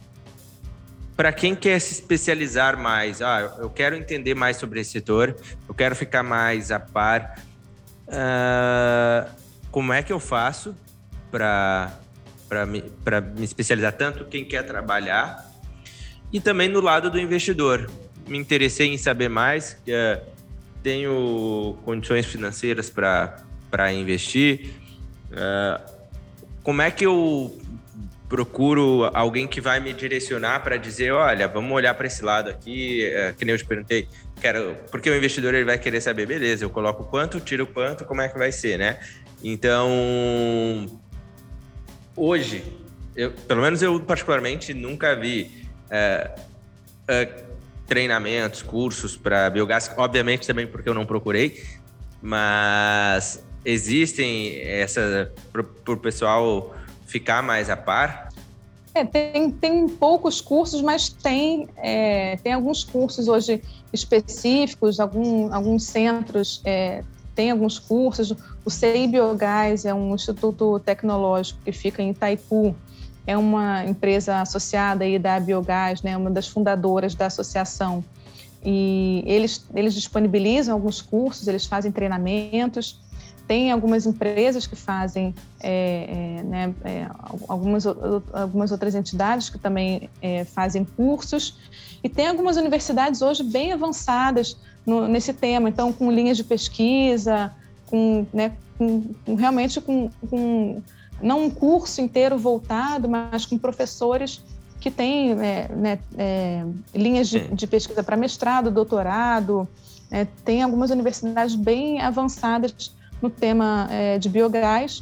Para quem quer se especializar mais, ah, eu quero entender mais sobre esse setor, eu quero ficar mais a par, uh, como é que eu faço para para me, para me especializar, tanto quem quer trabalhar e também no lado do investidor? Me interessei em saber mais, uh, tenho condições financeiras para investir. Uh, como é que eu procuro alguém que vai me direcionar para dizer, olha, vamos olhar para esse lado aqui, uh, que nem eu te perguntei, quero, porque o investidor ele vai querer saber, beleza, eu coloco quanto, tiro quanto, como é que vai ser, né? Então, hoje, eu, pelo menos eu particularmente nunca vi... Uh, uh, treinamentos, cursos para biogás, obviamente também porque eu não procurei, mas existem essa para o pessoal ficar mais a par? É, tem, tem poucos cursos, mas tem, é, tem alguns cursos hoje específicos, algum, alguns centros é, têm alguns cursos. O C I Biogás é um instituto tecnológico que fica em Itaipu, é uma empresa associada aí da Biogás, né, uma das fundadoras da associação. E eles, eles disponibilizam alguns cursos, eles fazem treinamentos. Tem algumas empresas que fazem, é, é, né, é, algumas, algumas outras entidades que também é, fazem cursos. E tem algumas universidades hoje bem avançadas no, nesse tema, então com linhas de pesquisa, com, né, com, com realmente com... com não um curso inteiro voltado, mas com professores que têm é, né, é, linhas de, de pesquisa para mestrado, doutorado. É, tem algumas universidades bem avançadas no tema é, de biogás.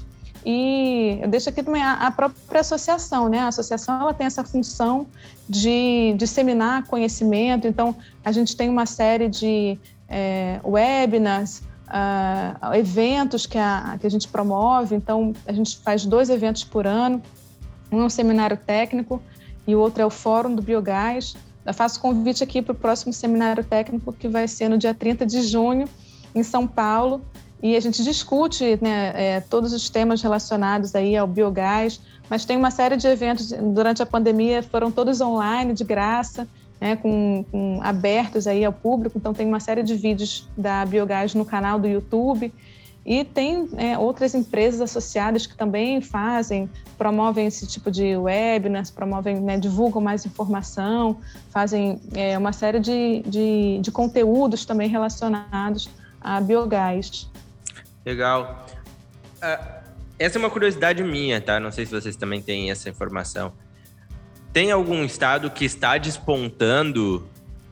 E eu deixo aqui também a, a própria associação, né? A associação ela tem essa função de disseminar conhecimento. Então, a gente tem uma série de é, webinars, uh, eventos que a, que a gente promove. Então, a gente faz dois eventos por ano. Um é um seminário técnico e o outro é o Fórum do Biogás. Eu faço convite aqui para o próximo seminário técnico, que vai ser no dia trinta de junho, em São Paulo. E a gente discute né, é, todos os temas relacionados aí ao biogás, mas tem uma série de eventos durante a pandemia, foram todos online, de graça, né, com, com, abertos aí ao público. Então tem uma série de vídeos da Biogás no canal do YouTube. E tem é, outras empresas associadas que também fazem, promovem esse tipo de webinars, promovem, né, divulgam mais informação, fazem é, uma série de, de, de conteúdos também relacionados a biogás. Legal. Uh, essa é uma curiosidade minha, tá? Não sei se vocês também têm essa informação. Tem algum estado que está despontando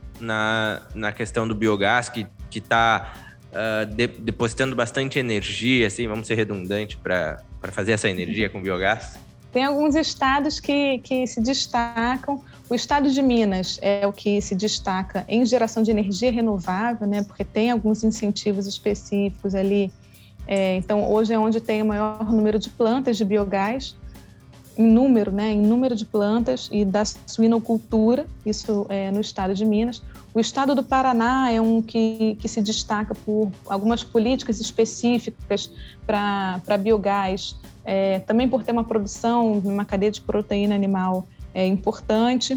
na, na questão do biogás, que está uh, de, depositando bastante energia, assim, vamos ser redundante, para fazer essa energia com biogás? Tem alguns estados que, que se destacam. O estado de Minas é o que se destaca em geração de energia renovável, né? Porque tem alguns incentivos específicos ali. É, então, hoje é onde tem o maior número de plantas de biogás, em número, né? Em número de plantas e da suinocultura, isso é no estado de Minas. O estado do Paraná é um que, que se destaca por algumas políticas específicas para biogás, é, também por ter uma produção, uma cadeia de proteína animal é, importante.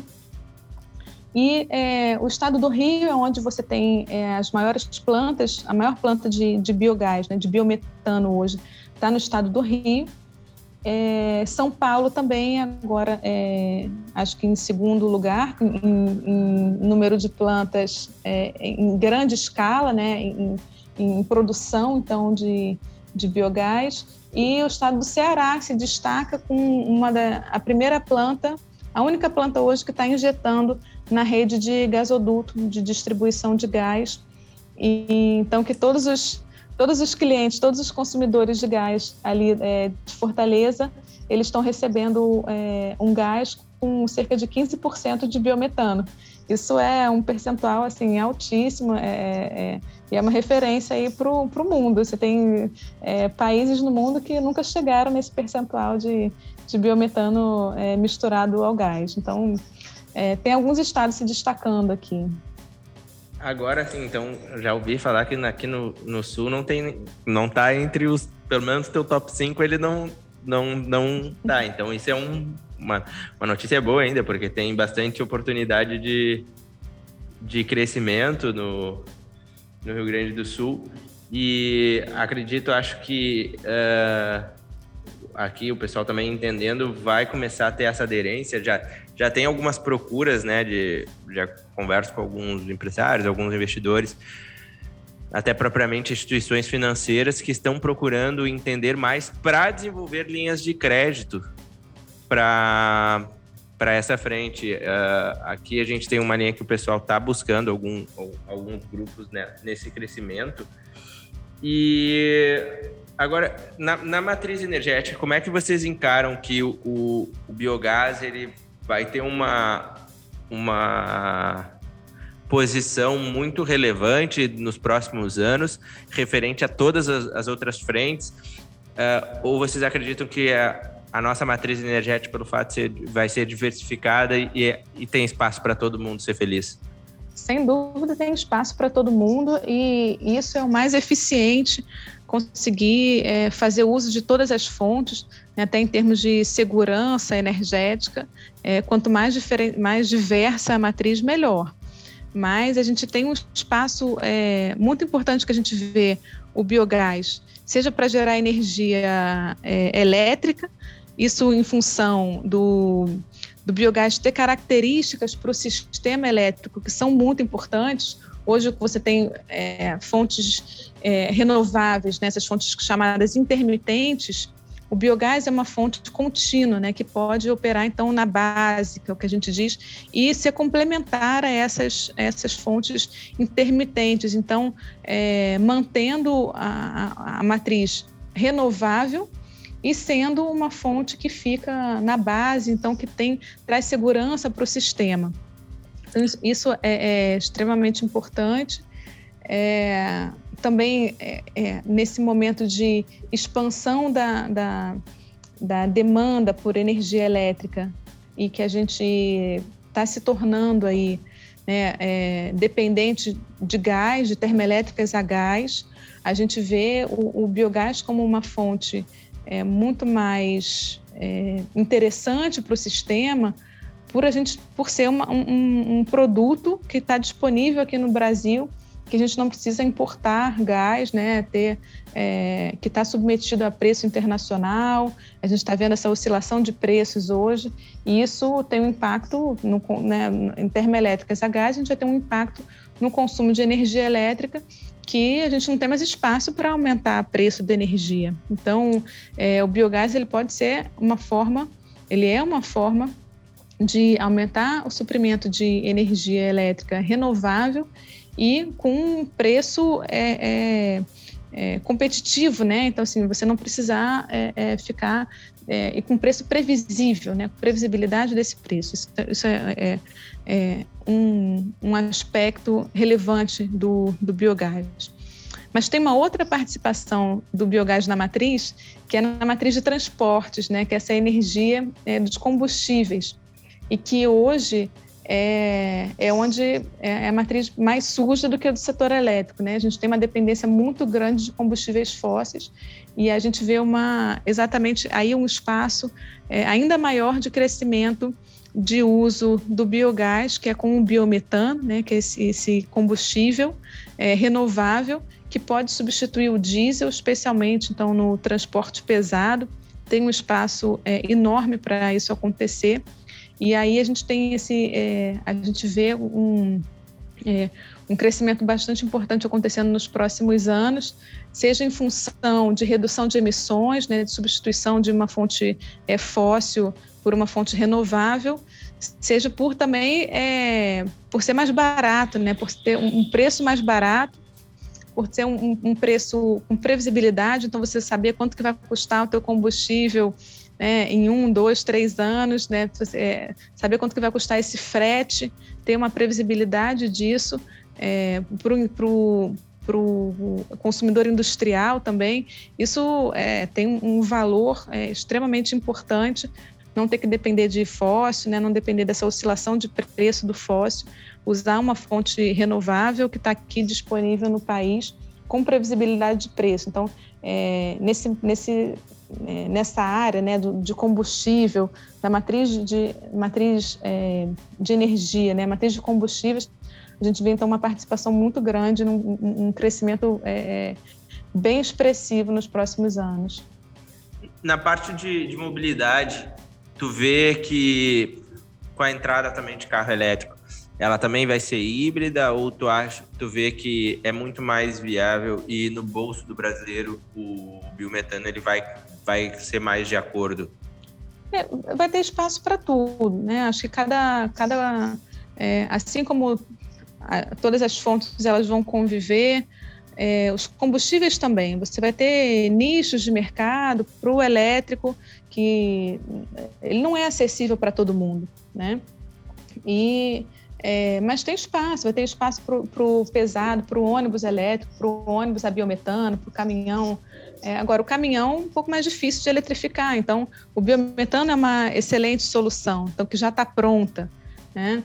E é, o estado do Rio é onde você tem é, as maiores plantas, a maior planta de, de biogás, né, de biometano hoje, está no estado do Rio. É, São Paulo também agora, é, acho que em segundo lugar, em, em número de plantas é, em grande escala, né, em, em produção, então, de, de biogás. E o estado do Ceará se destaca com uma da, a primeira planta, a única planta hoje que está injetando na rede de gasoduto de distribuição de gás. E, então, que todos os, todos os clientes, todos os consumidores de gás ali é, de Fortaleza, eles estão recebendo é, um gás com cerca de quinze por cento de biometano. Isso é um percentual assim, altíssimo é, é, e é uma referência para o mundo. Você tem é, países no mundo que nunca chegaram nesse percentual de, de biometano é, misturado ao gás. Então, é, tem alguns estados se destacando aqui. Agora, sim, então, já ouvi falar que aqui no, no Sul não tem, não tá entre os, pelo menos teu top cinco, ele não, não, não tá. Então, isso é um, uma, uma notícia boa ainda, porque tem bastante oportunidade de, de crescimento no, no Rio Grande do Sul. E acredito, acho que uh, aqui o pessoal também entendendo vai começar a ter essa aderência. Já, já tem algumas procuras, né? De, já converso com alguns empresários, alguns investidores, até propriamente instituições financeiras que estão procurando entender mais para desenvolver linhas de crédito para para essa frente. Uh, aqui a gente tem uma linha que o pessoal está buscando algum, alguns grupos, né, nesse crescimento. E agora, na, na matriz energética, como é que vocês encaram que o, o, o biogás ele vai ter uma, uma posição muito relevante nos próximos anos, referente a todas as, as outras frentes? Uh, ou vocês acreditam que a, a nossa matriz energética, pelo fato de ser, vai ser diversificada e, e tem espaço para todo mundo ser feliz? Sem dúvida tem espaço para todo mundo e isso é o mais eficiente, conseguir é, fazer uso de todas as fontes, né, até em termos de segurança energética. É, quanto mais, diferen- mais diversa a matriz, melhor. Mas a gente tem um espaço é, muito importante que a gente vê o biogás, seja para gerar energia é, elétrica, isso em função do... do biogás ter características para o sistema elétrico que são muito importantes. Hoje você tem é, fontes é, renováveis, né, essas fontes chamadas intermitentes, o biogás é uma fonte contínua, né, que pode operar, então, na base, que é o que a gente diz, e ser complementar a essas, essas fontes intermitentes. Então, é, mantendo a, a, a matriz renovável e sendo uma fonte que fica na base, então, que tem, traz segurança para o sistema. Então, isso é, é extremamente importante. É, também é, é, nesse momento de expansão da, da, da demanda por energia elétrica e que a gente está se tornando aí, né, é, dependente de gás, de termoelétricas a gás, a gente vê o, o biogás como uma fonte é, muito mais é, interessante para o sistema, por, a gente, por ser uma, um, um produto que está disponível aqui no Brasil, que a gente não precisa importar gás, né, ter, é, que está submetido a preço internacional. A gente está vendo essa oscilação de preços hoje, e isso tem um impacto no, né, em termoelétricas a gás, a gente vai ter um impacto no consumo de energia elétrica, que a gente não tem mais espaço para aumentar o preço da energia. Então, é, o biogás ele pode ser uma forma, ele é uma forma de aumentar o suprimento de energia elétrica renovável e com um preço é, é, é, competitivo, né? Então, assim, você não precisar é, é, ficar é, e com preço previsível, né? Com previsibilidade desse preço. Isso, isso é, é, é um, um aspecto relevante do, do biogás. Mas tem uma outra participação do biogás na matriz, que é na matriz de transportes, né? Que é essa energia é, dos combustíveis, e que hoje é, é onde é a matriz mais suja do que a do setor elétrico, né? A gente tem uma dependência muito grande de combustíveis fósseis e a gente vê uma, exatamente aí um espaço é, ainda maior de crescimento de uso do biogás, que é com o biometano, né? Que é esse, esse combustível é, renovável que pode substituir o diesel, especialmente então no transporte pesado. Tem um espaço é, enorme para isso acontecer. E aí a gente tem esse, é, a gente vê um, é, um crescimento bastante importante acontecendo nos próximos anos, seja em função de redução de emissões, né, de substituição de uma fonte é, fóssil por uma fonte renovável, seja por também é, por ser mais barato, né, por ter um, um preço mais barato, por ter um, um preço com previsibilidade, então você saber quanto que vai custar o teu combustível né, em um, dois, três anos, né, é, saber quanto que vai custar esse frete, ter uma previsibilidade disso é, para o consumidor industrial também. Isso é, tem um valor é, extremamente importante, não ter que depender de fóssil, né, não depender dessa oscilação de preço do fóssil, usar uma fonte renovável que está aqui disponível no país com previsibilidade de preço. Então, é, nesse, nesse nessa área né, do, de combustível, da matriz de, matriz, é, de energia, né, matriz de combustíveis, a gente vê então uma participação muito grande, num, um crescimento é, bem expressivo nos próximos anos. Na parte de, de mobilidade, tu vê que com a entrada também de carro elétrico, ela também vai ser híbrida ou tu acha, tu vê que é muito mais viável e no bolso do brasileiro o biometano ele vai vai ser mais de acordo? É, vai ter espaço para tudo, né? Acho que cada, cada é, assim como a, todas as fontes elas vão conviver, é, os combustíveis também. Você vai ter nichos de mercado para o elétrico que ele não é acessível para todo mundo, né? E É, mas tem espaço, vai ter espaço para o pesado, para o ônibus elétrico, para o ônibus a biometano, para o caminhão. É, agora, o caminhão é um pouco mais difícil de eletrificar, então o biometano é uma excelente solução, então que já está pronta, né?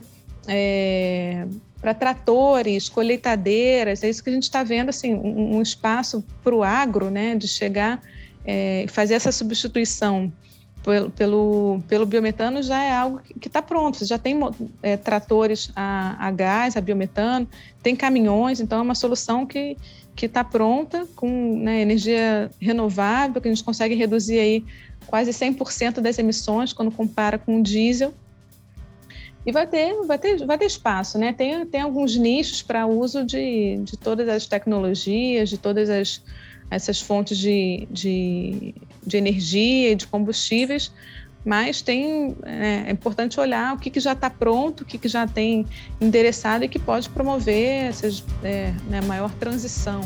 É, para tratores, colheitadeiras, é isso que a gente está vendo, assim, um, um espaço para o agro, né, de chegar e é, fazer essa substituição Pelo, pelo, pelo biometano já é algo que está pronto, você já tem é, tratores a, a gás, a biometano, tem caminhões, então é uma solução que que está pronta, com né, energia renovável, que a gente consegue reduzir aí quase cem por cento das emissões quando compara com o diesel. E vai ter, vai ter, vai ter espaço, né? Tem, tem alguns nichos para uso de, de todas as tecnologias, de todas as, essas fontes de, de, de energia e de combustíveis, mas tem, é, é importante olhar o que, que já está pronto, o que, que já tem endereçado e que pode promover essa é, né, maior transição.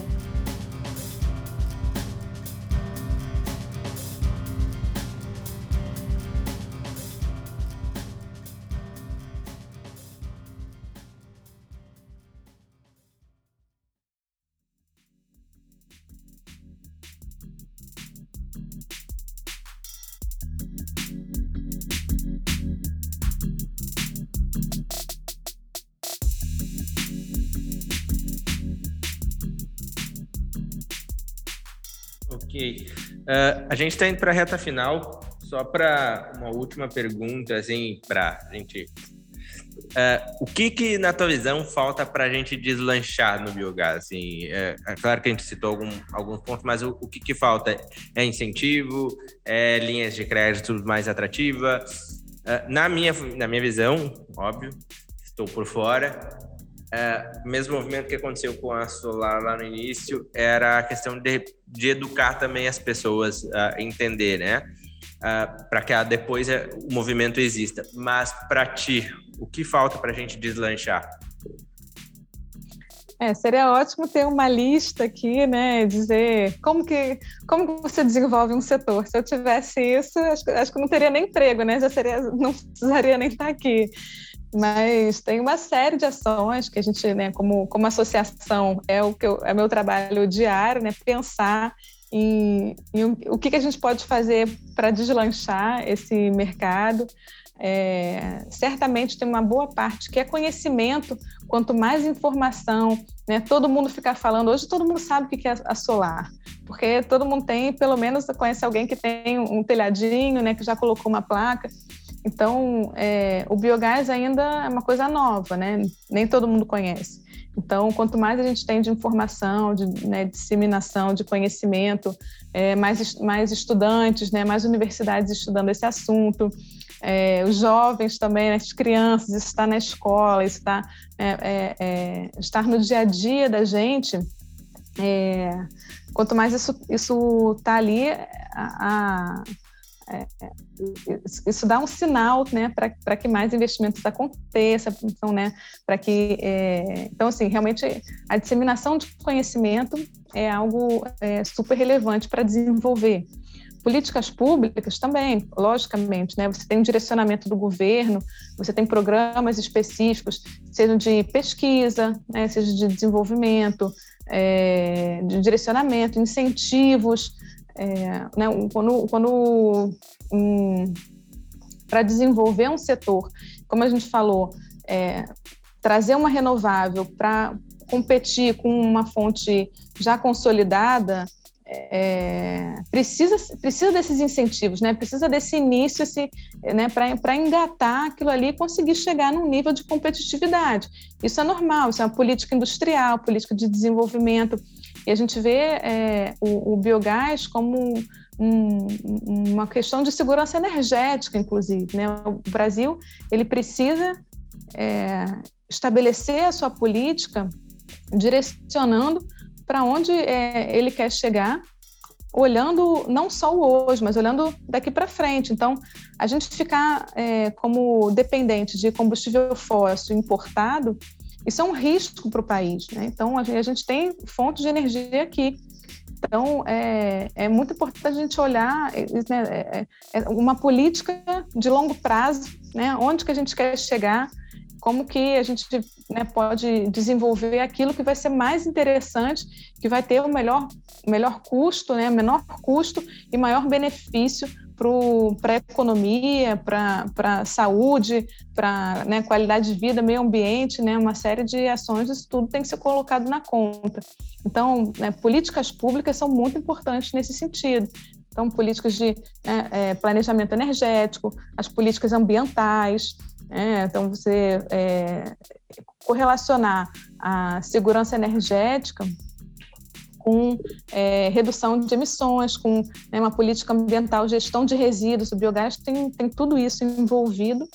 Ok. Uh, a gente está indo para a reta final, só para uma última pergunta, assim, para a gente... Uh, o que que, na tua visão, falta para a gente deslanchar no biogás? Assim, é, é claro que a gente citou algum, alguns pontos, mas o, o que que falta? É incentivo? É linhas de crédito mais atrativas? Uh, na, minha, na minha visão, óbvio, estou por fora... É, mesmo movimento que aconteceu com a Solar lá no início era a questão de, de educar também as pessoas a entender, né? Uh, para que a, depois a, o movimento exista. Mas para ti, o que falta para a gente deslanchar? É, seria ótimo ter uma lista aqui, né? Dizer como que, como que você desenvolve um setor. Se eu tivesse isso, acho, acho que não teria nem emprego, né? Já seria, não precisaria nem estar aqui. Mas tem uma série de ações que a gente, né, como, como associação, é o que eu, é meu trabalho diário, né, pensar em, em o, o que, que a gente pode fazer para deslanchar esse mercado. É, certamente tem uma boa parte que é conhecimento. Quanto mais informação, né, todo mundo ficar falando, hoje todo mundo sabe o que é a solar, porque todo mundo tem, pelo menos conhece alguém que tem um telhadinho, né, que já colocou uma placa. Então, é, o biogás ainda é uma coisa nova, né? Nem todo mundo conhece. Então, quanto mais a gente tem de informação, de, né, disseminação, de conhecimento, é, mais, mais estudantes, né, mais universidades estudando esse assunto, é, os jovens também, né, as crianças, isso está na escola, isso está, é, é, é, estar no dia a dia da gente, é, quanto mais isso está ali, a, a É, isso dá um sinal, né, para que mais investimentos aconteçam, então, né, para que, é, então, assim, realmente a disseminação de conhecimento é algo é, super relevante para desenvolver. Políticas públicas também, logicamente, né, você tem um direcionamento do governo, você tem programas específicos, seja de pesquisa, né, seja de desenvolvimento, é, de direcionamento, incentivos. É, né, quando, quando um, para desenvolver um setor, como a gente falou, é, trazer uma renovável para competir com uma fonte já consolidada, é, precisa, precisa desses incentivos, né, precisa desse início, esse, né, para engatar aquilo ali e conseguir chegar num nível de competitividade. Isso é normal, isso é uma política industrial, política de desenvolvimento. E a gente vê é, o, o biogás como um, uma questão de segurança energética, inclusive, né? O Brasil ele precisa é, estabelecer a sua política direcionando para onde é, ele quer chegar, olhando não só o hoje, mas olhando daqui para frente. Então, a gente ficar é, como dependente de combustível fóssil importado, isso é um risco para o país, né? Então, a gente tem fontes de energia aqui. Então, é, é muito importante a gente olhar, né, é, é uma política de longo prazo, né? Onde que a gente quer chegar, como que a gente, né, pode desenvolver aquilo que vai ser mais interessante, que vai ter o melhor, melhor custo, né, menor custo e maior benefício para a economia, para a saúde, para, né, qualidade de vida, meio ambiente, né, uma série de ações, isso tudo tem que ser colocado na conta. Então, né, políticas públicas são muito importantes nesse sentido. Então, políticas de né, é, planejamento energético, as políticas ambientais, é, então você é, correlacionar a segurança energética com é, redução de emissões, com né, uma política ambiental, gestão de resíduos, o biogás tem, tem tudo isso envolvido.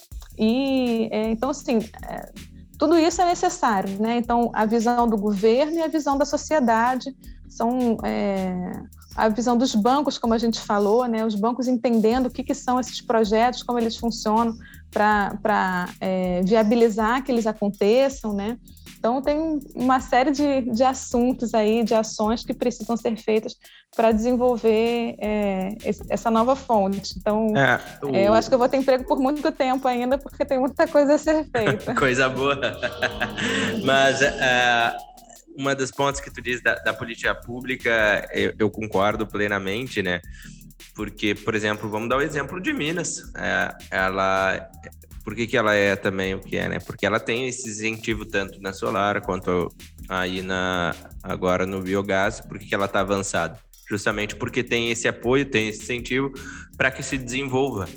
E, é, então, assim, é, tudo isso é necessário, né? Então, a visão do governo e a visão da sociedade são é, a visão dos bancos, como a gente falou, né? Os bancos entendendo o que, que são esses projetos, como eles funcionam para é, viabilizar que eles aconteçam, né? Então, tem uma série de, de assuntos aí, de ações que precisam ser feitas para desenvolver é, essa nova fonte. Então, é, o... é, eu acho que eu vou ter emprego por muito tempo ainda, porque tem muita coisa a ser feita. Coisa boa. Mas uh, uma dos pontos que tu diz da, da política pública, eu, eu concordo plenamente, né? Porque, por exemplo, vamos dar o exemplo de Minas. É, ela... Por que, que ela é também o que é, né? Porque ela tem esse incentivo tanto na solar quanto aí na, agora no biogás. Por que, que ela está avançada? Justamente porque tem esse apoio, tem esse incentivo para que se desenvolva.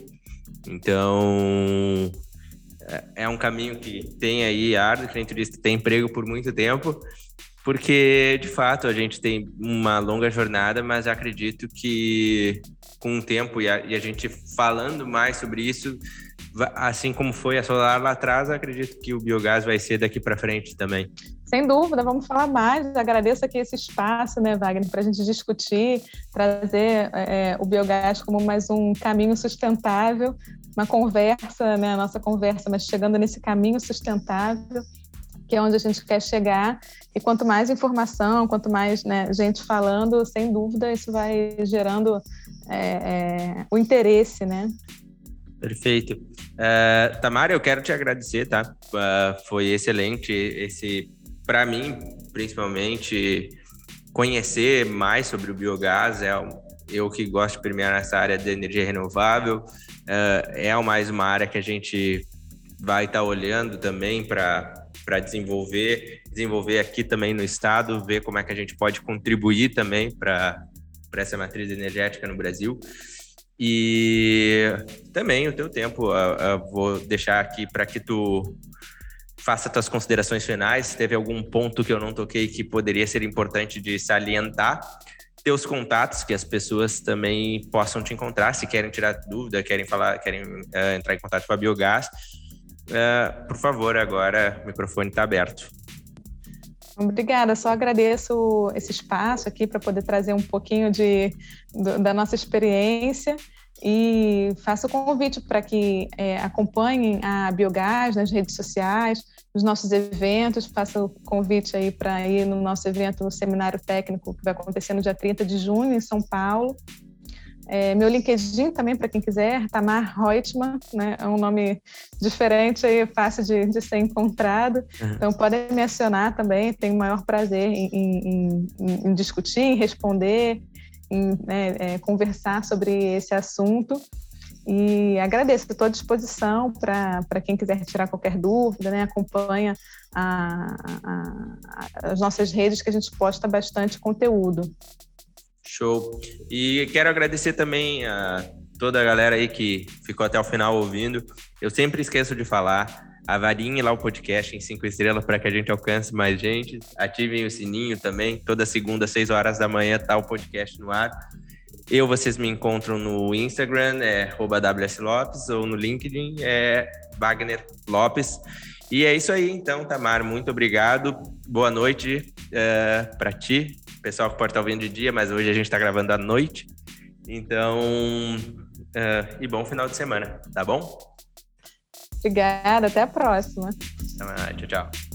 Então, é um caminho que tem aí árduo, que a gente tem emprego por muito tempo, porque, de fato, a gente tem uma longa jornada, mas acredito que com o tempo e a, e a gente falando mais sobre isso, assim como foi a solar lá atrás, acredito que o biogás vai ser daqui para frente também. Sem dúvida, vamos falar mais. Agradeço aqui esse espaço, né, Wagner, para a gente discutir, trazer é, o biogás como mais um caminho sustentável, uma conversa, né, a nossa conversa, mas chegando nesse caminho sustentável, que é onde a gente quer chegar. E quanto mais informação, quanto mais, né, gente falando, sem dúvida, isso vai gerando é, é, o interesse, né? Perfeito. Uh, Tamara, eu quero te agradecer, tá? Uh, foi excelente esse, para mim, principalmente, conhecer mais sobre o biogás. É eu que gosto de permear nessa área de energia renovável. Uh, é mais uma área que a gente vai estar tá olhando também para para desenvolver, desenvolver aqui também no estado, ver como é que a gente pode contribuir também para para essa matriz energética no Brasil. E também o teu tempo, eu, eu vou deixar aqui para que tu faça tuas considerações finais. Se teve algum ponto que eu não toquei que poderia ser importante de salientar, teus contatos, que as pessoas também possam te encontrar, se querem tirar dúvida, querem falar, querem uh, entrar em contato com a Biogás. Uh, por favor, agora o microfone está aberto. Obrigada, só agradeço esse espaço aqui para poder trazer um pouquinho de, do, da nossa experiência e faço o convite para que é, acompanhem a Biogás nas redes sociais, nos nossos eventos. Faço o convite aí para ir no nosso evento, no Seminário Técnico, que vai acontecer no dia trinta de junho, em São Paulo. É, meu LinkedIn também, para quem quiser, Tamar Reutemann, né? É um nome diferente e fácil de, de ser encontrado. Uhum. Então, podem me acionar também, tenho o maior prazer em, em, em, em discutir, em responder, em né, é, conversar sobre esse assunto. E agradeço, estou à disposição para quem quiser tirar qualquer dúvida, né? Acompanha a, a, as nossas redes, que a gente posta bastante conteúdo. Show. E quero agradecer também a toda a galera aí que ficou até o final ouvindo. Eu sempre esqueço de falar, avaliem lá o podcast em cinco estrelas para que a gente alcance mais gente. Ativem o sininho também. Toda segunda, às seis horas da manhã, tá o podcast no ar. Eu, vocês me encontram no Instagram, é arroba W S Lopes, ou no LinkedIn, é Wagner Lopes. E é isso aí, então, Tamar. Muito obrigado. Boa noite uh, para ti. Pessoal que pode estar ouvindo de dia, mas hoje a gente está gravando à noite. Então, uh, e bom final de semana, tá bom? Obrigada, até a próxima. Tchau, tchau.